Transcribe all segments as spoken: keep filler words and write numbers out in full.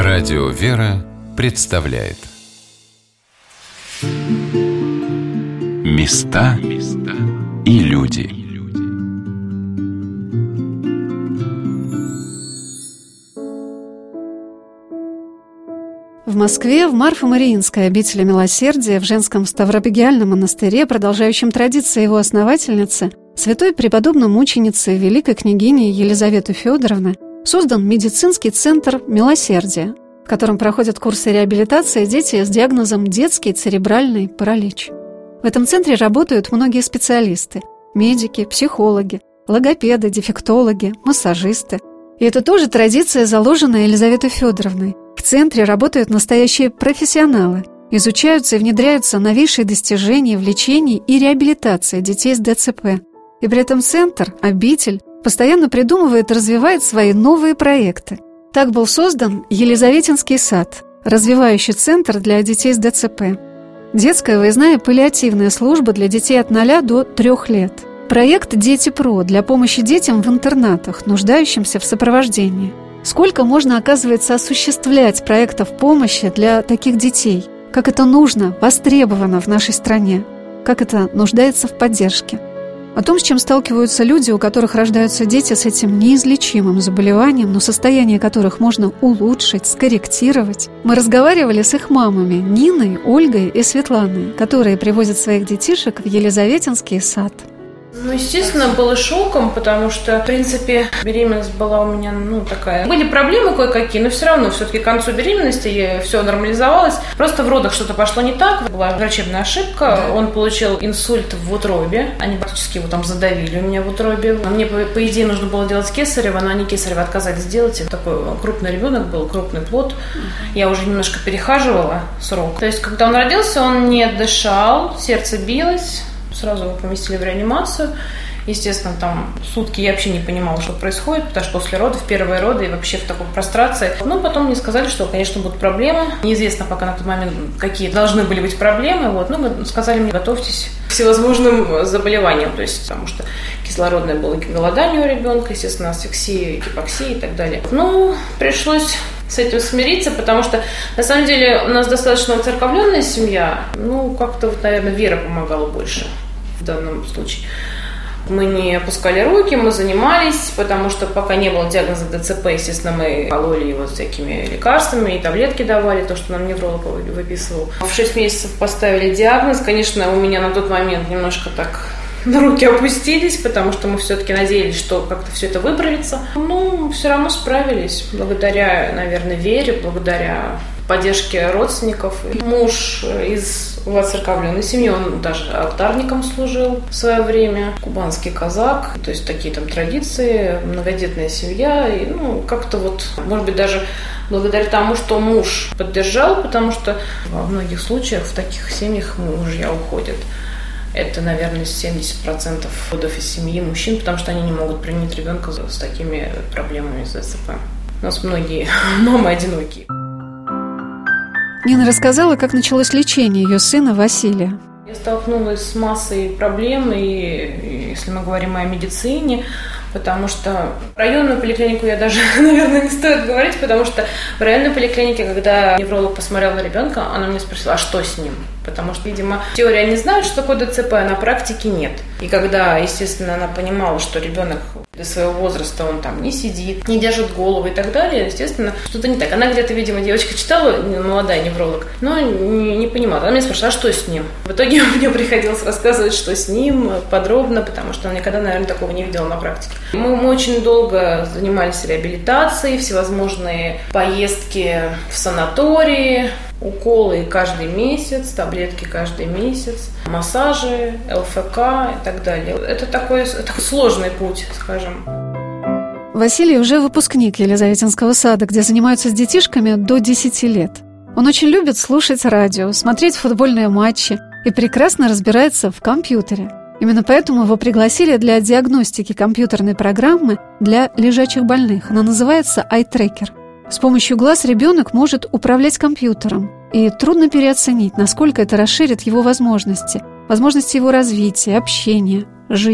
Радио «Вера» представляет Места и люди. В Москве, в Марфо-Мариинской обители милосердия, в женском Ставропигиальном монастыре, продолжающем традиции его основательницы, святой преподобной мученицы великой княгини Елизаветы Федоровны, создан медицинский центр милосердия, в котором проходят курсы реабилитации дети с диагнозом детский церебральный паралич. В этом центре работают многие специалисты – медики, психологи, логопеды, дефектологи, массажисты. И это тоже традиция, заложенная Елизаветой Федоровной. В центре работают настоящие профессионалы, изучаются и внедряются новейшие достижения в лечении и реабилитации детей с ДЦП. И при этом центр, обитель, постоянно придумывает и развивает свои новые проекты. Так был создан Елизаветинский сад, развивающий центр для детей с ДЦП. Детская выездная паллиативная служба для детей от ноля до трёх лет. Проект «Дети-Про» для помощи детям в интернатах, нуждающимся в сопровождении. Сколько можно, оказывается, осуществлять проектов помощи для таких детей? Как это нужно, востребовано в нашей стране? Как это нуждается в поддержке? О том, с чем сталкиваются люди, у которых рождаются дети с этим неизлечимым заболеванием, но состояние которых можно улучшить, скорректировать, мы разговаривали с их мамами Ниной, Ольгой и Светланой, которые привозят своих детишек в Елизаветинский сад. Ну, естественно, было шоком, потому что, в принципе, беременность была у меня, ну, такая... Были проблемы кое-какие, но все равно, все-таки к концу беременности все нормализовалось. Просто в родах что-то пошло не так, была врачебная ошибка, он получил инсульт в утробе, они практически его там задавили у меня в утробе. Мне, по, по идее, нужно было делать кесарево, но они кесарево отказались сделать. Такой крупный ребенок был, крупный плод. Я уже немножко перехаживала срок. То есть, когда он родился, он не дышал, сердце билось. Сразу его поместили в реанимацию. Естественно, там сутки я вообще не понимала, что происходит, потому что после родов, первые роды и вообще в такой прострации. Ну, потом мне сказали, что, конечно, будут проблемы. Неизвестно пока на тот момент, какие должны были быть проблемы. Вот. Ну, сказали мне, готовьтесь к всевозможным заболеваниям. То есть, потому что кислородное было голодание у ребенка, естественно, асфиксия, гипоксия и так далее. Ну, пришлось с этим смириться, потому что, на самом деле, у нас достаточно уцерковленная семья. Ну, как-то, вот, наверное, вера помогала больше в данном случае. Мы не опускали руки, мы занимались, потому что пока не было диагноза ДЦП, естественно, мы кололи его всякими лекарствами, и таблетки давали, то, что нам невролог выписывал. В шесть месяцев поставили диагноз. Конечно, у меня на тот момент немножко так на руки опустились, потому что мы все-таки надеялись, что как-то все это выправится. Но все равно справились, благодаря, наверное, вере, благодаря поддержке родственников. Муж из воцерковленной семьи, он даже алтарником служил в свое время, кубанский казак, то есть такие там традиции, многодетная семья, и, ну, как-то вот, может быть, даже благодаря тому, что муж поддержал, потому что во многих случаях в таких семьях мужья уходят. Это, наверное, семьдесят процентов родов из семьи мужчин, потому что они не могут принять ребенка с такими проблемами с ДЦП. У нас многие мамы одинокие. Нина рассказала, как началось лечение ее сына Василия. Я столкнулась с массой проблем, и если мы говорим о медицине, потому что районную поликлинику я даже, наверное, не стоит говорить, потому что в районной поликлинике, когда невролог посмотрел на ребенка, она меня спросила, а что с ним? Потому что, видимо, в теории они знают, что такое ДЦП, а на практике нет. И когда, естественно, она понимала, что ребенок для своего возраста, он там не сидит, не держит голову и так далее, естественно, что-то не так. Она где-то, видимо, девочка читала, молодая невролог, но не, не понимала. Она меня спрашивала, а что с ним? В итоге мне приходилось рассказывать, что с ним, подробно, потому что она никогда, наверное, такого не видела на практике. Мы, мы очень долго занимались реабилитацией, всевозможные поездки в санатории, уколы каждый месяц, таблетки каждый месяц, массажи, ЛФК и так далее. Это такой, такой сложный путь, скажем. Василий уже выпускник Елизаветинского сада, где занимаются с детишками до десяти лет. Он очень любит слушать радио, смотреть футбольные матчи и прекрасно разбирается в компьютере. Именно поэтому его пригласили для диагностики компьютерной программы для лежачих больных. Она называется iTracker. С помощью глаз ребенок может управлять компьютером, и трудно переоценить, насколько это расширит его возможности, возможности его развития, общения, жизни.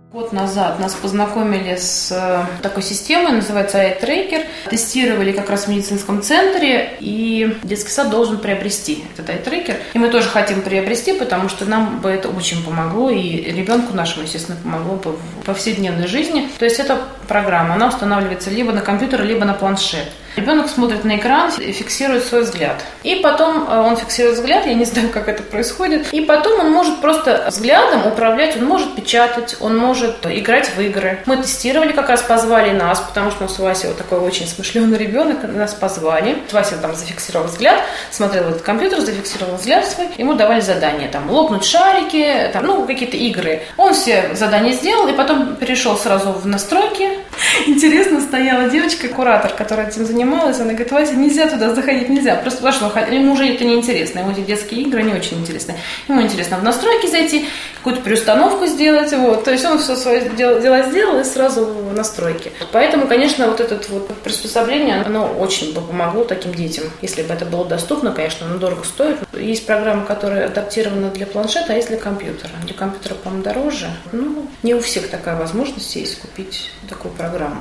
Год назад нас познакомили с такой системой, называется ай-трекер. Тестировали как раз в медицинском центре, и детский сад должен приобрести этот ай-трекер. И мы тоже хотим приобрести, потому что нам бы это очень помогло, и ребенку нашему, естественно, помогло бы в повседневной жизни. То есть эта программа, она устанавливается либо на компьютер, либо на планшет. Ребенок смотрит на экран и фиксирует свой взгляд. И потом он фиксирует взгляд, я не знаю, как это происходит. И потом он может просто взглядом управлять, он может печатать, он может играть в игры. Мы тестировали, как раз позвали нас, потому что у нас у Васи вот такой очень смышленый ребенок, нас позвали. Вася там зафиксировал взгляд, смотрел этот компьютер, зафиксировал взгляд свой. Ему давали задания, там, лопнуть шарики, там, ну, какие-то игры. Он все задания сделал, и потом перешел сразу в настройки. Интересно, стояла девочка, куратор, которая этим занималась, она говорит: Вася, нельзя туда заходить, нельзя. Просто потому что ему уже это неинтересно, ему эти детские игры не очень интересны. Ему интересно в настройки зайти, какую-то переустановку сделать, вот. То есть он все свои дела сделал и сразу в настройки. Поэтому, конечно, вот это вот приспособление, оно очень бы помогло таким детям. Если бы это было доступно, конечно, оно дорого стоит. Есть программы, которые адаптированы для планшета, а есть для компьютера. Для компьютера, по-моему, дороже. Ну, не у всех такая возможность есть купить такую программу.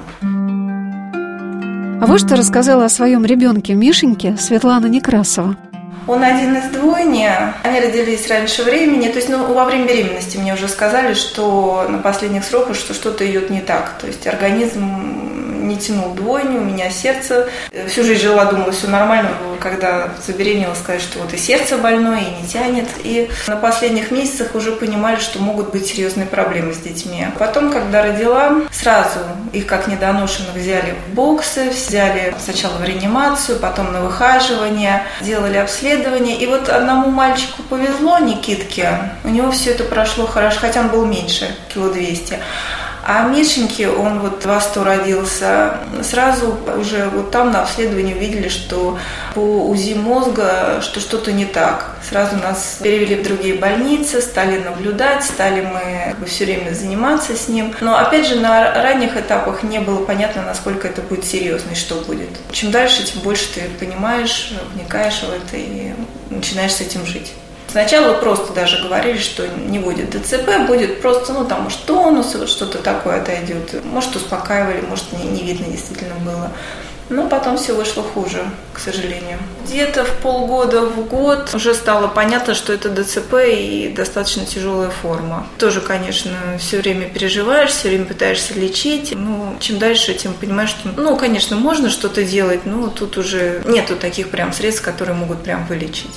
А вот что рассказала о своем ребенке Мишеньке Светлана Некрасова. Он один из двойни, они родились раньше времени, то есть ну, во время беременности мне уже сказали, что на последних сроках, что что-то идет не так, то есть организм не тянул двойню, у меня сердце, всю жизнь жила, думала, все нормально, когда забеременела, сказать, что вот и сердце больное, и не тянет, и на последних месяцах уже понимали, что могут быть серьезные проблемы с детьми. Потом, когда родила, сразу их как недоношенных взяли в боксы, взяли сначала в реанимацию, потом на выхаживание, делали обследование. И вот одному мальчику повезло, Никитке, у него все это прошло хорошо, хотя он был меньше, кило двести. А Мишеньке, он вот в Асту родился, сразу уже вот там на обследовании увидели, что по УЗИ мозга, что что-то не так. Сразу нас перевели в другие больницы, стали наблюдать, стали мы как бы все время заниматься с ним. Но опять же на ранних этапах не было понятно, насколько это будет серьезно и что будет. Чем дальше, тем больше ты понимаешь, вникаешь в это и начинаешь с этим жить. Сначала просто даже говорили, что не будет ДЦП, будет просто, ну, там, может, тонус, вот что-то такое отойдет. Может, успокаивали, может, не, не видно действительно было. Но потом все вышло хуже, к сожалению. Где-то в полгода, в год уже стало понятно, что это ДЦП и достаточно тяжелая форма. Тоже, конечно, все время переживаешь, все время пытаешься лечить. Но чем дальше, тем понимаешь, что, ну, конечно, можно что-то делать, но тут уже нету таких прям средств, которые могут прям вылечить.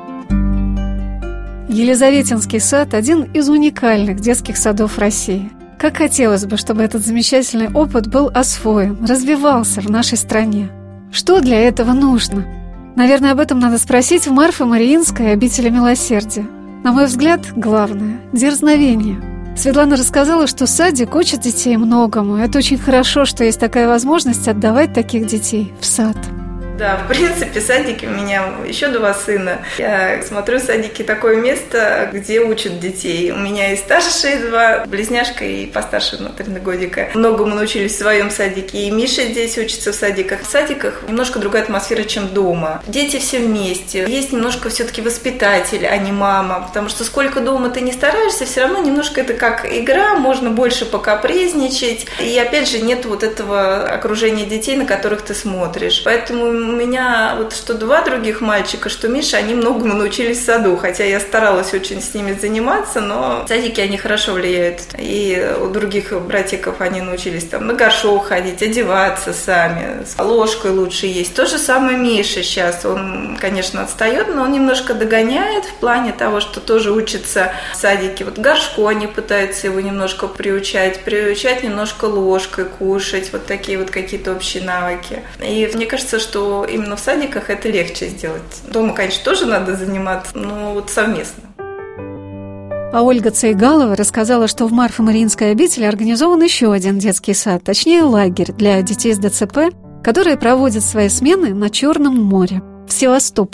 Елизаветинский сад – один из уникальных детских садов России. Как хотелось бы, чтобы этот замечательный опыт был освоен, развивался в нашей стране. Что для этого нужно? Наверное, об этом надо спросить в Марфы Мариинской обители милосердия. На мой взгляд, главное – дерзновение. Светлана рассказала, что садик учит детей многому. Это очень хорошо, что есть такая возможность отдавать таких детей в сад. Да, в принципе, садики у меня еще два сына. Я смотрю, садики такое место, где учат детей. У меня и старшие два, близняшка и постарше на три годика. Многому научились в своем садике. И Миша здесь учится в садиках. В садиках немножко другая атмосфера, чем дома. Дети все вместе. Есть немножко все-таки воспитатель, а не мама. Потому что сколько дома ты не стараешься, все равно немножко это как игра, можно больше покапризничать. И опять же, нет вот этого окружения детей, на которых ты смотришь. Поэтому у меня вот что два других мальчика, что Миша, они многому научились в саду, хотя я старалась очень с ними заниматься, но садики, они хорошо влияют. И у других братиков они научились там на горшок ходить, одеваться сами, с ложкой лучше есть. То же самое Миша сейчас, он, конечно, отстает, но он немножко догоняет в плане того, что тоже учится в садике. Вот к горшку они пытаются его немножко приучать, приучать немножко ложкой кушать, вот такие вот какие-то общие навыки. И мне кажется, что именно в садиках это легче сделать. Дома, конечно, тоже надо заниматься, но вот совместно. А Ольга Цейгалова рассказала, что в Марфо-Мариинской обители организован еще один детский сад, точнее лагерь для детей с ДЦП, которые проводят свои смены на Черном море, в Севастополе.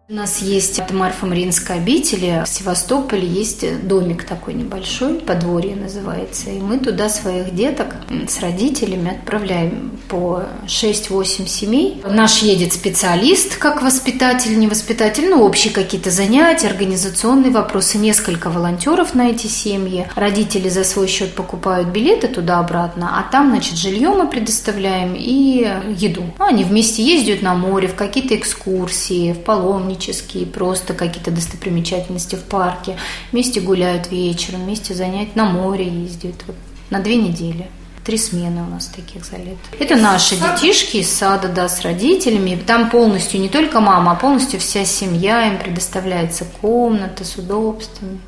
У нас есть от Марфа-Мариинской обители в Севастополе есть домик такой небольшой, подворье называется, и мы туда своих деток с родителями отправляем по шесть-восемь семей. Наш едет специалист, как воспитатель, не воспитатель, ну, общие какие-то занятия, организационные вопросы, несколько волонтеров на эти семьи. Родители за свой счет покупают билеты туда-обратно, а там, значит, жилье мы предоставляем и еду. Они вместе ездят на море, в какие-то экскурсии, в паломничество, просто какие-то достопримечательности в парке, вместе гуляют вечером, вместе занятия на море ездят. Вот, на две недели. Три смены у нас таких за лето. Это наши детишки из сада, да, с родителями. Там полностью не только мама, а полностью вся семья. Им предоставляется комната с удобствами.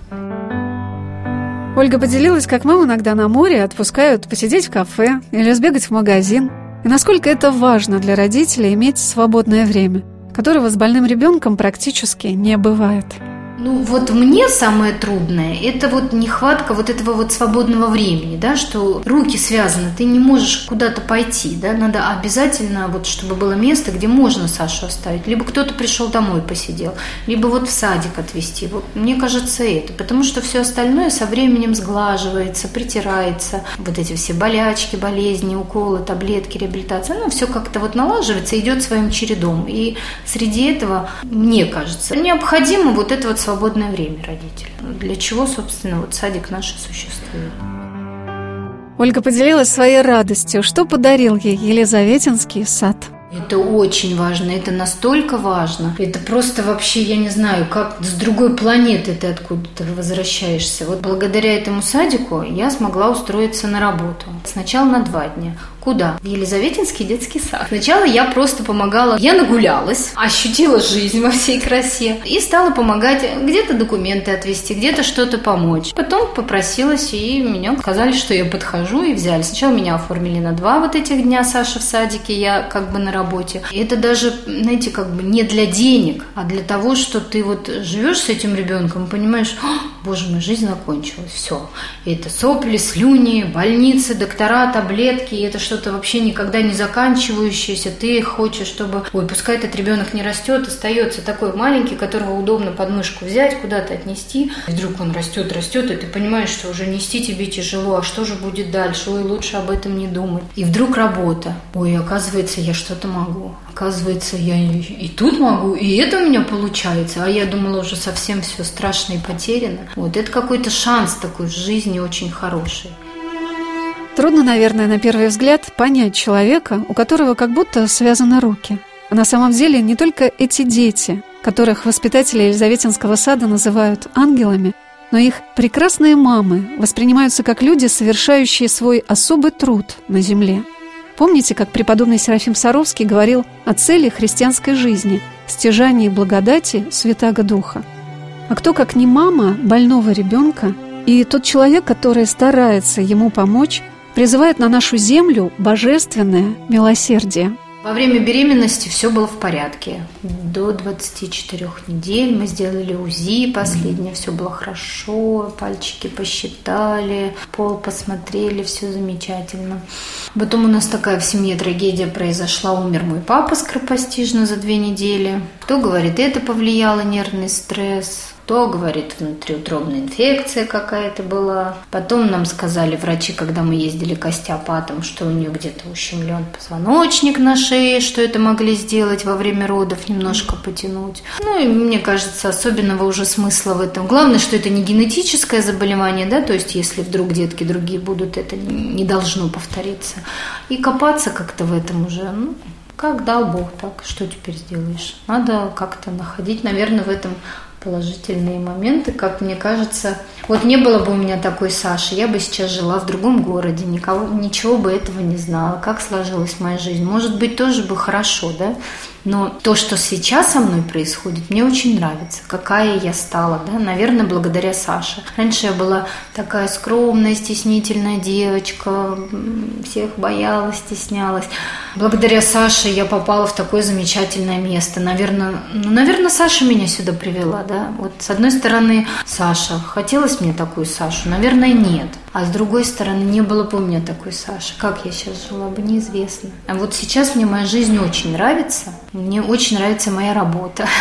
Ольга поделилась, как маму иногда на море отпускают посидеть в кафе или сбегать в магазин. И насколько это важно для родителей иметь свободное время, которого с больным ребенком практически не бывает. Ну, вот мне самое трудное – это вот нехватка вот этого вот свободного времени, да, что руки связаны, ты не можешь куда-то пойти, да, надо обязательно, вот, чтобы было место, где можно Сашу оставить, либо кто-то пришел домой посидел, либо вот в садик отвезти. Вот мне кажется это, потому что все остальное со временем сглаживается, притирается, вот эти все болячки, болезни, уколы, таблетки, реабилитация, ну, все как-то вот налаживается, идет своим чередом. И среди этого, мне кажется, необходимо вот это вот свободное время родителям. Для чего, собственно, вот садик наш существует. Ольга поделилась своей радостью, что подарил ей Елизаветинский сад. Это очень важно, это настолько важно. Это просто вообще, я не знаю, как с другой планеты ты откуда-то возвращаешься. Вот благодаря этому садику я смогла устроиться на работу. Сначала на два дня. Куда? В Елизаветинский детский сад. Сначала я просто помогала, я нагулялась, ощутила жизнь во всей красе и стала помогать где-то документы отвезти, где-то что-то помочь. Потом попросилась, и меня сказали, что я подхожу, и взяли. Сначала меня оформили на два вот этих дня Саши в садике, я как бы на работе. И это даже, знаете, как бы не для денег, а для того, что ты вот живешь с этим ребенком и понимаешь, боже мой, жизнь закончилась, все. И это сопли, слюни, больницы, доктора, таблетки, и это что-то вообще никогда не заканчивающееся. Ты хочешь, чтобы, ой, пускай этот ребенок не растет, остается такой маленький, которого удобно под мышку взять, куда-то отнести. И вдруг он растет, растет, и ты понимаешь, что уже нести тебе тяжело, а что же будет дальше? Ой, лучше об этом не думать. И вдруг работа. Ой, оказывается, я что-то могу. Оказывается, я и, и тут могу, и это у меня получается. А я думала, уже совсем все страшно и потеряно. Вот это какой-то шанс такой в жизни очень хороший. Трудно, наверное, на первый взгляд понять человека, у которого как будто связаны руки. А на самом деле не только эти дети, которых воспитатели Елизаветинского сада называют ангелами, но их прекрасные мамы воспринимаются как люди, совершающие свой особый труд на земле. Помните, как преподобный Серафим Саровский говорил о цели христианской жизни – стяжании благодати Святаго Духа? А кто, как не мама больного ребенка и тот человек, который старается ему помочь, призывает на нашу землю божественное милосердие? Во время беременности все было в порядке. До двадцати четырёх недель мы сделали УЗИ последнее, все было хорошо, пальчики посчитали, пол посмотрели, все замечательно. Потом у нас такая в семье трагедия произошла, умер мой папа скоропостижно за две недели. Кто говорит, это повлияло, нервный стресс. Кто говорит, внутриутробная инфекция какая-то была. Потом нам сказали врачи, когда мы ездили к остеопатам, что у нее где-то ущемлен позвоночник на шее, что это могли сделать во время родов, немножко потянуть. Ну и мне кажется, особенного уже смысла в этом. Главное, что это не генетическое заболевание, да, то есть если вдруг детки другие будут, это не должно повториться. И копаться как-то в этом уже, ну, как дал Бог, так что теперь сделаешь? Надо как-то находить, наверное, в этом положительные моменты, как мне кажется. Вот не было бы у меня такой Саши, я бы сейчас жила в другом городе, никого, ничего бы этого не знала, как сложилась моя жизнь. Может быть, тоже бы хорошо, да? Но то, что сейчас со мной происходит, мне очень нравится. Какая я стала, да? Наверное, благодаря Саше. Раньше я была такая скромная, стеснительная девочка, всех боялась, стеснялась. Благодаря Саше я попала в такое замечательное место. Наверное, ну, наверное, Саша меня сюда привела, да? Вот с одной стороны, Саша. Хотелось мне такую Сашу? Наверное, нет. А с другой стороны, не было бы у меня такой Саши. Как я сейчас жила бы, неизвестно. А вот сейчас мне моя жизнь очень нравится. Мне очень нравится моя работа.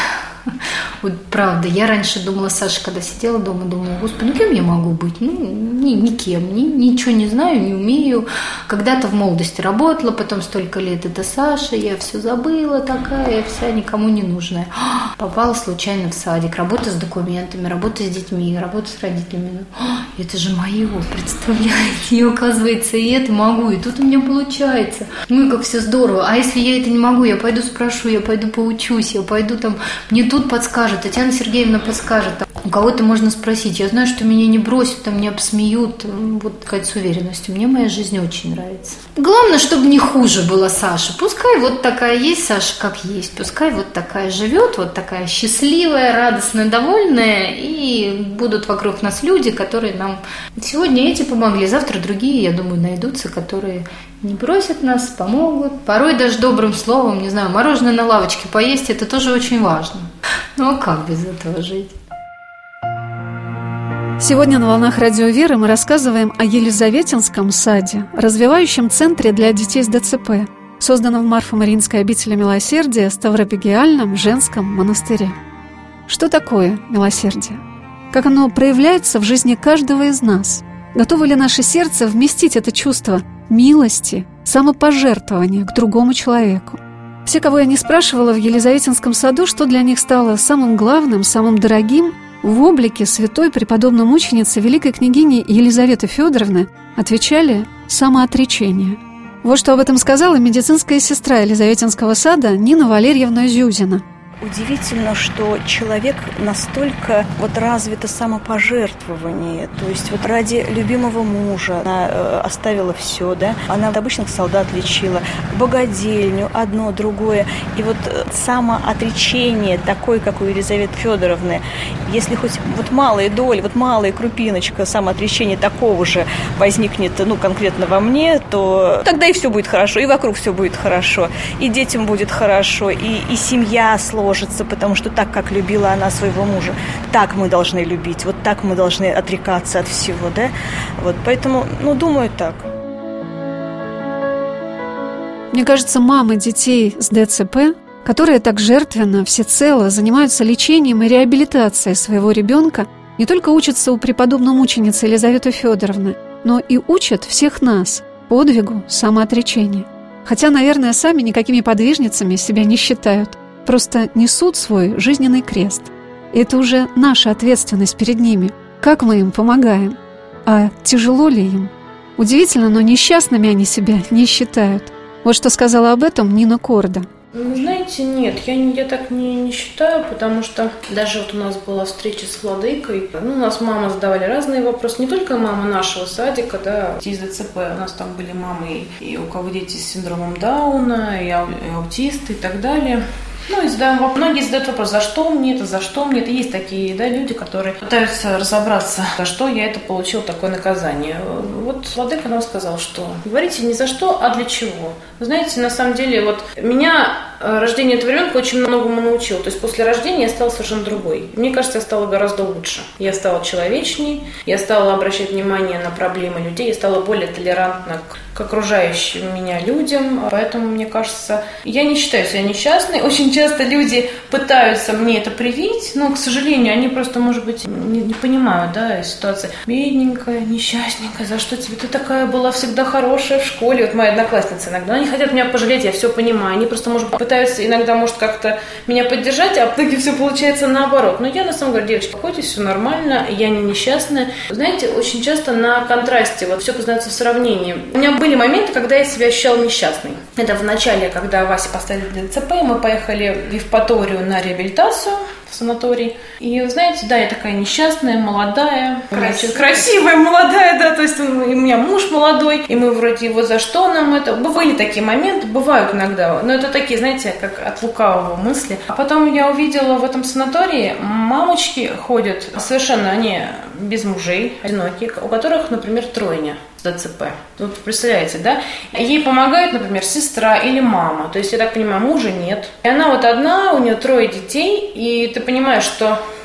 Вот правда, я раньше думала, Саша, когда сидела дома, думала, господи, ну кем я могу быть? Ну, ни, никем, ни, ничего не знаю, не умею. Когда-то в молодости работала, потом столько лет это Саша, я все забыла, такая вся, никому не нужная. Попала случайно в садик, работа с документами, работа с детьми, работа с родителями. Это же мое, представляете? И оказывается, и это могу, и тут у меня получается. Ну и как все здорово. А если я это не могу, я пойду спрошу, я пойду поучусь, я пойду там, мне тут подскажет, Татьяна Сергеевна подскажет. У кого-то можно спросить, я знаю, что меня не бросят, там, не обсмеют, вот такая с уверенностью. Мне моя жизнь очень нравится. Главное, чтобы не хуже было Саше. Пускай вот такая есть Саша, как есть. Пускай вот такая живет, вот такая счастливая, радостная, довольная. И будут вокруг нас люди, которые нам сегодня эти помогли, завтра другие, я думаю, найдутся, которые не бросят нас, помогут. Порой даже добрым словом, не знаю, мороженое на лавочке поесть, это тоже очень важно. Ну а как без этого жить? Сегодня на «Волнах Радио Веры» мы рассказываем о Елизаветинском саде, развивающем центре для детей с ДЦП, созданном в Марфо-Мариинской обители милосердия Ставропигиальном женском монастыре. Что такое милосердие? Как оно проявляется в жизни каждого из нас? Готово ли наше сердце вместить это чувство милости, самопожертвования к другому человеку? Все, кого я не спрашивала в Елизаветинском саду, что для них стало самым главным, самым дорогим, в облике святой преподобной мученицы великой княгини Елизаветы Федоровны отвечали «самоотречение». Вот что об этом сказала медицинская сестра Елизаветинского сада Нина Валерьевна Зюзина. Удивительно, что человек настолько вот развито самопожертвование, то есть вот ради любимого мужа она э, оставила все, да, она обычных солдат лечила, богадельню, одно, другое, и вот самоотречение такое, как у Елизаветы Федоровны, если хоть вот малая доля, вот малая крупиночка самоотречения такого же возникнет, ну, конкретно во мне, то тогда и все будет хорошо, и вокруг все будет хорошо, и детям будет хорошо, и, и семья сложится, потому что так, как любила она своего мужа, так мы должны любить, вот так мы должны отрекаться от всего, да? Вот, поэтому, ну, думаю, так. Мне кажется, мамы детей с ДЦП, которые так жертвенно, всецело занимаются лечением и реабилитацией своего ребенка, не только учатся у преподобной мученицы Елизаветы Федоровны, но и учат всех нас подвигу самоотречения. Хотя, наверное, сами никакими подвижницами себя не считают. Просто несут свой жизненный крест. И это уже наша ответственность перед ними. Как мы им помогаем? А тяжело ли им? Удивительно, но несчастными они себя не считают. Вот что сказала об этом Нина Корда. Ну, знаете, нет, я, я так не, не считаю, потому что даже вот у нас была встреча с владыкой, ну, у нас мамы задавали разные вопросы, не только мама нашего садика, да, из ДЦП, у нас там были мамы, и у кого дети с синдромом Дауна, и, ау, и аутисты и так далее. Ну, и задаем, многие задают вопрос, за что мне это, за что мне это. Есть такие, да, люди, которые пытаются разобраться, за что я это получил такое наказание. Вот владыка нам сказал, что говорите не за что, а для чего. Вы знаете, на самом деле, вот меня рождение этого ребенка очень многому научило. То есть после рождения я стала совершенно другой. Мне кажется, я стала гораздо лучше. Я стала человечней, я стала обращать внимание на проблемы людей, я стала более толерантна к, к окружающим меня людям. Поэтому, мне кажется, я не считаю себя несчастной. Очень часто люди пытаются мне это привить, но, к сожалению, они просто, может быть, не, не понимают, да, ситуации. Бедненькая, несчастненькая, за что тебе? Ты такая была всегда хорошая в школе. Вот мои одноклассницы иногда, они хотят меня пожалеть, я все понимаю. Они просто, может, пытаются иногда, может, как-то меня поддержать, а в итоге все получается наоборот. Но я на самом деле, девочки, успокойтесь, все нормально, я не несчастная. Знаете, очень часто на контрасте, вот все познается в сравнении. У меня были моменты, когда я себя ощущала несчастной. Это в начале, когда Вася поставили ДЦП, мы поехали в Евпаторию на реабилитацию в санаторий. И, знаете, да, я такая несчастная, молодая. Красивая. Красивая, молодая, да, то есть у меня муж молодой, и мы вроде его за что нам это... Бывали такие моменты, бывают иногда, но это такие, знаете, как от лукавого мысли. А потом я увидела в этом санатории, мамочки ходят, совершенно они без мужей, одинокие, у которых, например, тройня с ДЦП. Вот представляете, да? Ей помогает, например, сестра или мама. То есть, я так понимаю, мужа нет. И она вот одна, у нее трое детей, и ты понимаешь, что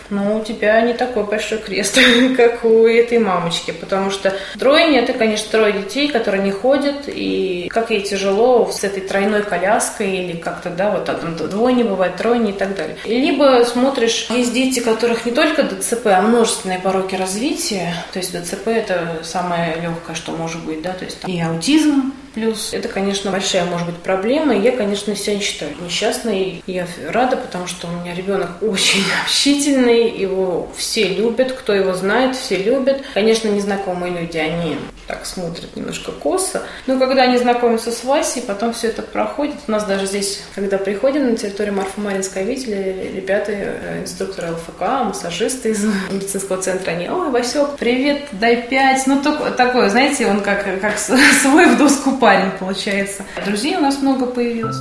ну, у тебя не такой большой крест, как у этой мамочки, потому что тройня – это, конечно, трое детей, которые не ходят, и как ей тяжело с этой тройной коляской или как-то, да, вот там двойня бывает, тройня и так далее. Либо смотришь, есть дети, у которых не только ДЦП, а множественные пороки развития, то есть ДЦП – это самое легкое, что может быть, да, то есть и аутизм, плюс это, конечно, большая, может быть, проблема. И я, конечно, себя не считаю несчастной. Я рада, потому что у меня ребенок очень общительный, его все любят, кто его знает, все любят. Конечно, незнакомые люди, они так смотрят немножко косо. Но когда они знакомятся с Васей, потом все это проходит. У нас даже здесь, когда приходим на территорию Марфа-Маринской обители, ребята, инструкторы ЛФК, массажисты из медицинского центра, они: ой, Васек, привет, дай пять. Ну, только такое, знаете, он как, как свой в доску парень получается. Друзей у нас много появилось.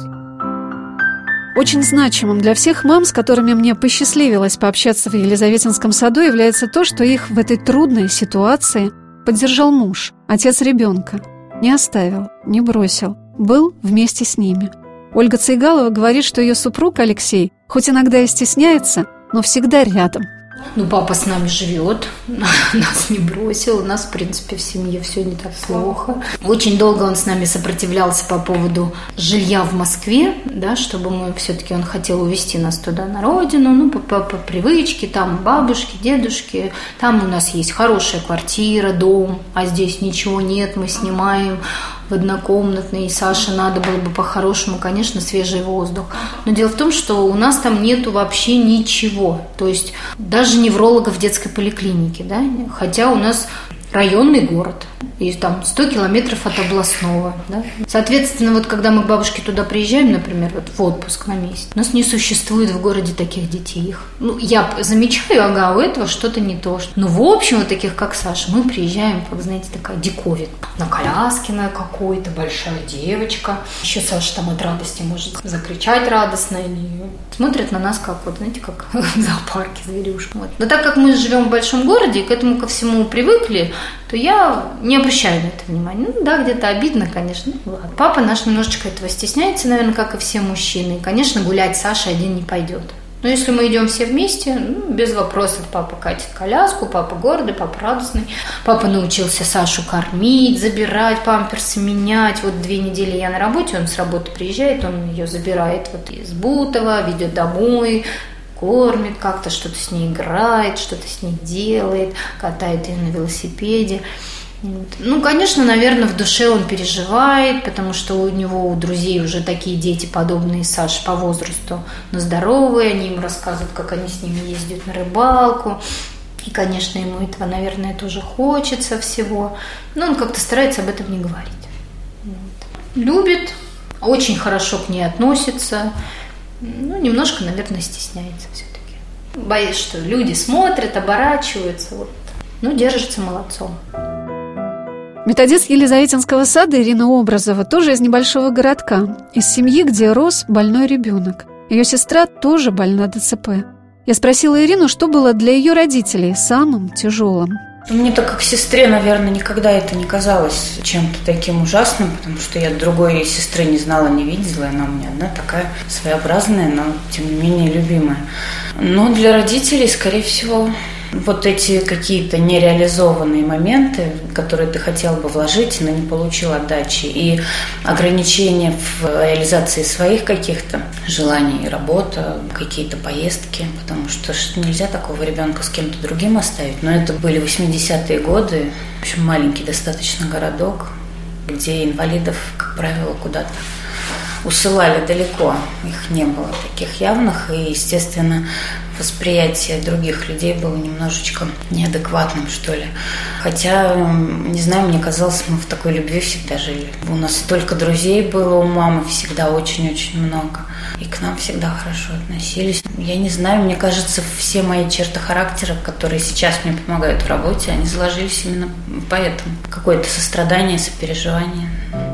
Очень значимым для всех мам, с которыми мне посчастливилось пообщаться в Елизаветинском саду, является то, что их в этой трудной ситуации поддержал муж, отец ребенка. Не оставил, не бросил, был вместе с ними. Ольга Цейгалова говорит, что ее супруг Алексей, хоть иногда и стесняется, но всегда рядом. Ну, папа с нами живет, нас не бросил, у нас, в принципе, в семье все не так плохо. Очень долго он с нами сопротивлялся по поводу жилья в Москве, да, чтобы мы все-таки, он хотел увезти нас туда, на родину, ну, по, по, по привычке, там бабушки, дедушки, там у нас есть хорошая квартира, дом, а здесь ничего нет, мы снимаем в однокомнатный, и Саше надо было бы по-хорошему, конечно, свежий воздух. Но дело в том, что у нас там нету вообще ничего, то есть даже невролога в детской поликлинике, да, хотя у нас районный город, и там сто километров от областного, да. Соответственно, вот когда мы к бабушке туда приезжаем, например, вот в отпуск на месяц, у нас не существует в городе таких детей. Их, ну, я замечаю, ага, у этого что-то не то. Но в общем, вот таких, как Саша, мы приезжаем, как, знаете, такая диковина. На коляске на какой-то, большая девочка. Еще Саша там от радости может закричать радостно, или смотрят на нас, как, вот, знаете, как в зоопарке зверюшка. Вот. Но так как мы живем в большом городе и к этому ко всему привыкли, то я не обращаю на это внимания. Ну да, где-то обидно, конечно. Ну, ладно. Папа наш немножечко этого стесняется, наверное, как и все мужчины. И, конечно, гулять Саша один не пойдет. Но если мы идем все вместе, ну, без вопросов, папа катит коляску, папа гордый, папа радостный. Папа научился Сашу кормить, забирать, памперсы менять. Вот две недели я на работе, он с работы приезжает, он ее забирает вот из Бутова, ведет домой, кормит как-то, что-то с ней играет, что-то с ней делает, катает ее на велосипеде. Ну, конечно, наверное, в душе он переживает, потому что у него, у друзей уже такие дети, подобные Саше по возрасту, но здоровые, они ему рассказывают, как они с ними ездят на рыбалку. И, конечно, ему этого, наверное, тоже хочется всего. Но он как-то старается об этом не говорить. Вот. Любит, очень хорошо к ней относится. Ну, немножко, наверное, стесняется все-таки. Боится, что люди смотрят, оборачиваются. Вот. Ну, держится молодцом. Методист Елизаветинского сада Ирина Образова тоже из небольшого городка, из семьи, где рос больной ребенок. Ее сестра тоже больна ДЦП. Я спросила Ирину, что было для ее родителей самым тяжелым. Мне так как сестре, наверное, никогда это не казалось чем-то таким ужасным, потому что я другой сестры не знала, не видела, она у меня одна такая своеобразная, но тем не менее любимая. Но для родителей, скорее всего, вот эти какие-то нереализованные моменты, которые ты хотел бы вложить, но не получил отдачи, и ограничения в реализации своих каких-то желаний, работа, какие-то поездки, потому что нельзя такого ребенка с кем-то другим оставить. Но это были восьмидесятые годы, в общем, маленький достаточно городок, где инвалидов, как правило, куда-то усылали далеко, их не было таких явных, и, естественно, восприятие других людей было немножечко неадекватным, что ли. Хотя, не знаю, мне казалось, мы в такой любви всегда жили. У нас столько друзей было у мамы, всегда очень-очень много, и к нам всегда хорошо относились. Я не знаю, мне кажется, все мои черты характера, которые сейчас мне помогают в работе, они заложились именно поэтому. Какое-то сострадание, сопереживание.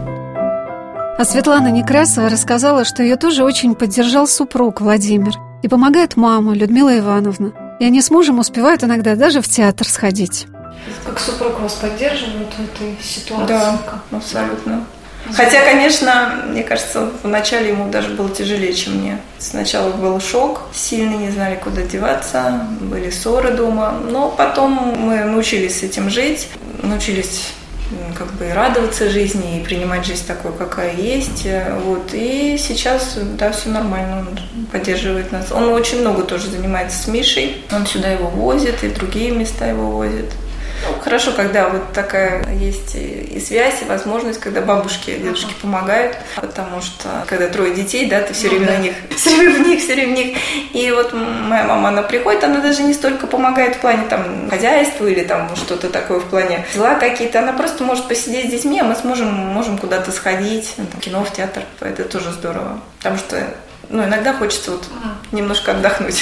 А Светлана Некрасова рассказала, что ее тоже очень поддержал супруг Владимир. И помогает мама Людмила Ивановна. И они с мужем успевают иногда даже в театр сходить. Как супруг вас поддерживает в этой ситуации? Да, абсолютно. Хотя, конечно, мне кажется, вначале ему даже было тяжелее, чем мне. Сначала был шок, сильный, не знали, куда деваться, были ссоры дома. Но потом мы научились с этим жить, научились как бы и радоваться жизни, и принимать жизнь такой, какая есть. Вот. И сейчас, да, все нормально, он поддерживает нас. Он очень много тоже занимается с Мишей. Он сюда его возит, и в другие места его возит. Ну, хорошо, когда вот такая есть и связь, и возможность, когда бабушки и дедушки помогают, потому что когда трое детей, да, ты все время ну, да. на них, все время в них, все время в них. И вот моя мама, она приходит, она даже не столько помогает в плане там хозяйства или там что-то такое в плане дела какие-то, она просто может посидеть с детьми, а мы сможем, можем куда-то сходить, ну, там, в кино, в театр, это тоже здорово, потому что, ну, иногда хочется вот немножко отдохнуть.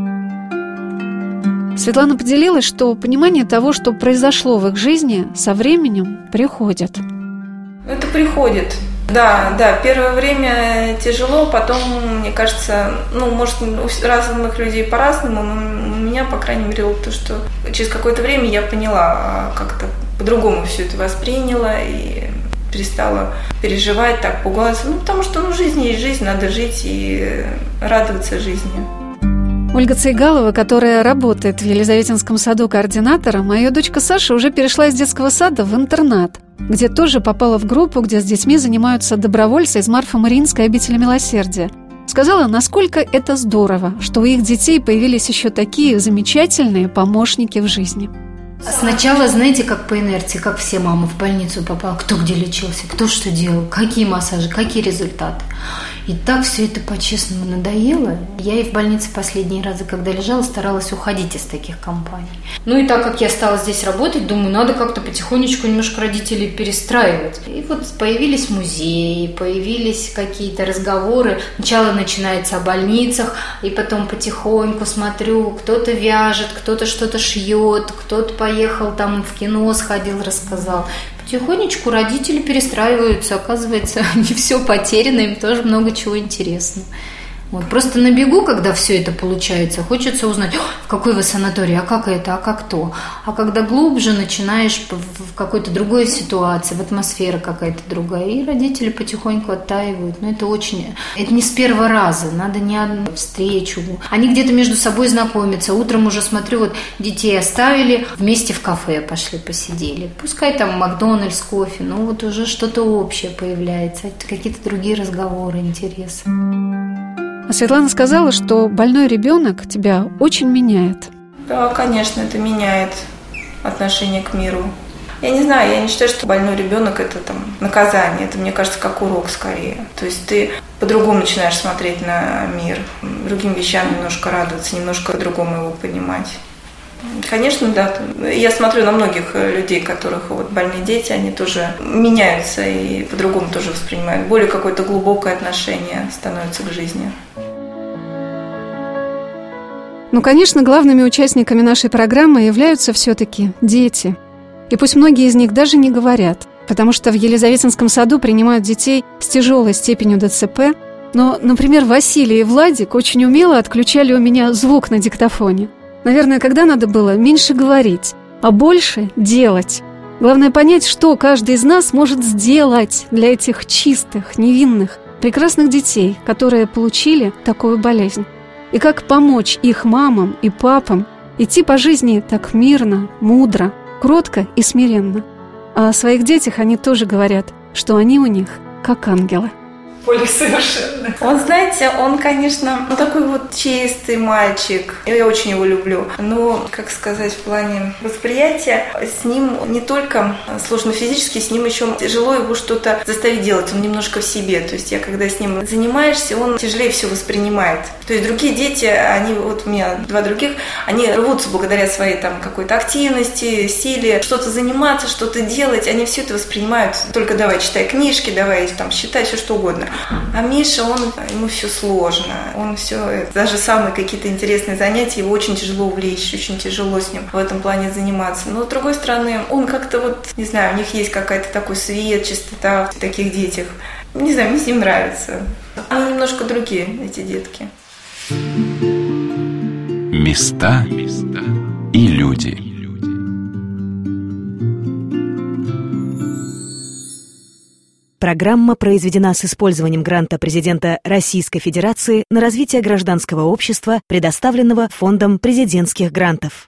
Светлана поделилась, что понимание того, что произошло в их жизни, со временем приходит. Это приходит. Да, да, первое время тяжело, потом, мне кажется, ну, может, у разных людей по-разному, но у меня, по крайней мере, то, что через какое-то время я поняла, как-то по-другому все это восприняла и перестала переживать, так пугаться. Ну, потому что, ну, жизнь есть жизнь, надо жить и радоваться жизни. Ольга Цейгалова, которая работает в Елизаветинском саду координатором, а ее дочка Саша уже перешла из детского сада в интернат, где тоже попала в группу, где с детьми занимаются добровольцы из Марфо-Мариинской обители милосердия. Сказала, насколько это здорово, что у их детей появились еще такие замечательные помощники в жизни. Сначала, знаете, как по инерции, как все мамы в больницу попала, кто где лечился, кто что делал, какие массажи, какие результаты. И так все это по-честному надоело. Я и в больнице последние разы, когда лежала, старалась уходить из таких компаний. Ну и так как я стала здесь работать, думаю, надо как-то потихонечку немножко родителей перестраивать. И вот появились музеи, появились какие-то разговоры. Сначала начинается о больницах, и потом потихоньку смотрю, кто-то вяжет, кто-то что-то шьет, кто-то поехал там в кино, сходил, рассказал. Потихонечку родители перестраиваются, оказывается, не все потеряно, им тоже много чего интересного. Вот. Просто на бегу, когда все это получается, хочется узнать, в какой вы санатории, а как это, а как то. А когда глубже начинаешь в какой-то другой ситуации, в атмосфера какая-то другая, и родители потихоньку оттаивают. Но это очень... Это не с первого раза, надо не одну встречу. Они где-то между собой знакомятся. Утром уже смотрю, вот детей оставили, вместе в кафе пошли, посидели. Пускай там Макдональдс, кофе, но вот уже что-то общее появляется, какие-то другие разговоры, интересы. А Светлана сказала, что больной ребенок тебя очень меняет. Да, конечно, это меняет отношение к миру. Я не знаю, я не считаю, что больной ребенок – это там наказание. Это, мне кажется, как урок скорее. То есть ты по-другому начинаешь смотреть на мир, другим вещам немножко радоваться, немножко по-другому его понимать. Конечно, да. Я смотрю на многих людей, которых вот больные дети, они тоже меняются и по-другому тоже воспринимают. Более какое-то глубокое отношение становится к жизни. Ну, конечно, главными участниками нашей программы являются все-таки дети. И пусть многие из них даже не говорят, потому что в Елизаветинском саду принимают детей с тяжелой степенью ДЦП. Но, например, Василий и Владик очень умело отключали у меня звук на диктофоне. Наверное, когда надо было меньше говорить, а больше делать. Главное понять, что каждый из нас может сделать для этих чистых, невинных, прекрасных детей, которые получили такую болезнь. И как помочь их мамам и папам идти по жизни так мирно, мудро, кротко и смиренно. А о своих детях они тоже говорят, что они у них как ангелы. Поле совершенно. Он, знаете, он, конечно, такой вот чистый мальчик. Я очень его люблю. Но, как сказать, в плане восприятия, с ним не только сложно физически, с ним еще тяжело его что-то заставить делать. Он немножко в себе. То есть я, когда с ним занимаешься, он тяжелее все воспринимает. То есть другие дети, они, вот у меня два других, они рвутся благодаря своей там какой-то активности, силе, что-то заниматься, что-то делать. Они все это воспринимают. Только давай читай книжки, давай там считай, все что угодно. А Миша, он, ему все сложно. Он все, даже самые какие-то интересные занятия, его очень тяжело увлечь, очень тяжело с ним в этом плане заниматься. Но с другой стороны, он как-то вот, не знаю, у них есть какая-то такой свет, чистота в таких детях. Не знаю, мне с ним нравится. Они немножко другие, эти детки. Места и люди. Программа произведена с использованием гранта президента Российской Федерации на развитие гражданского общества, предоставленного Фондом президентских грантов.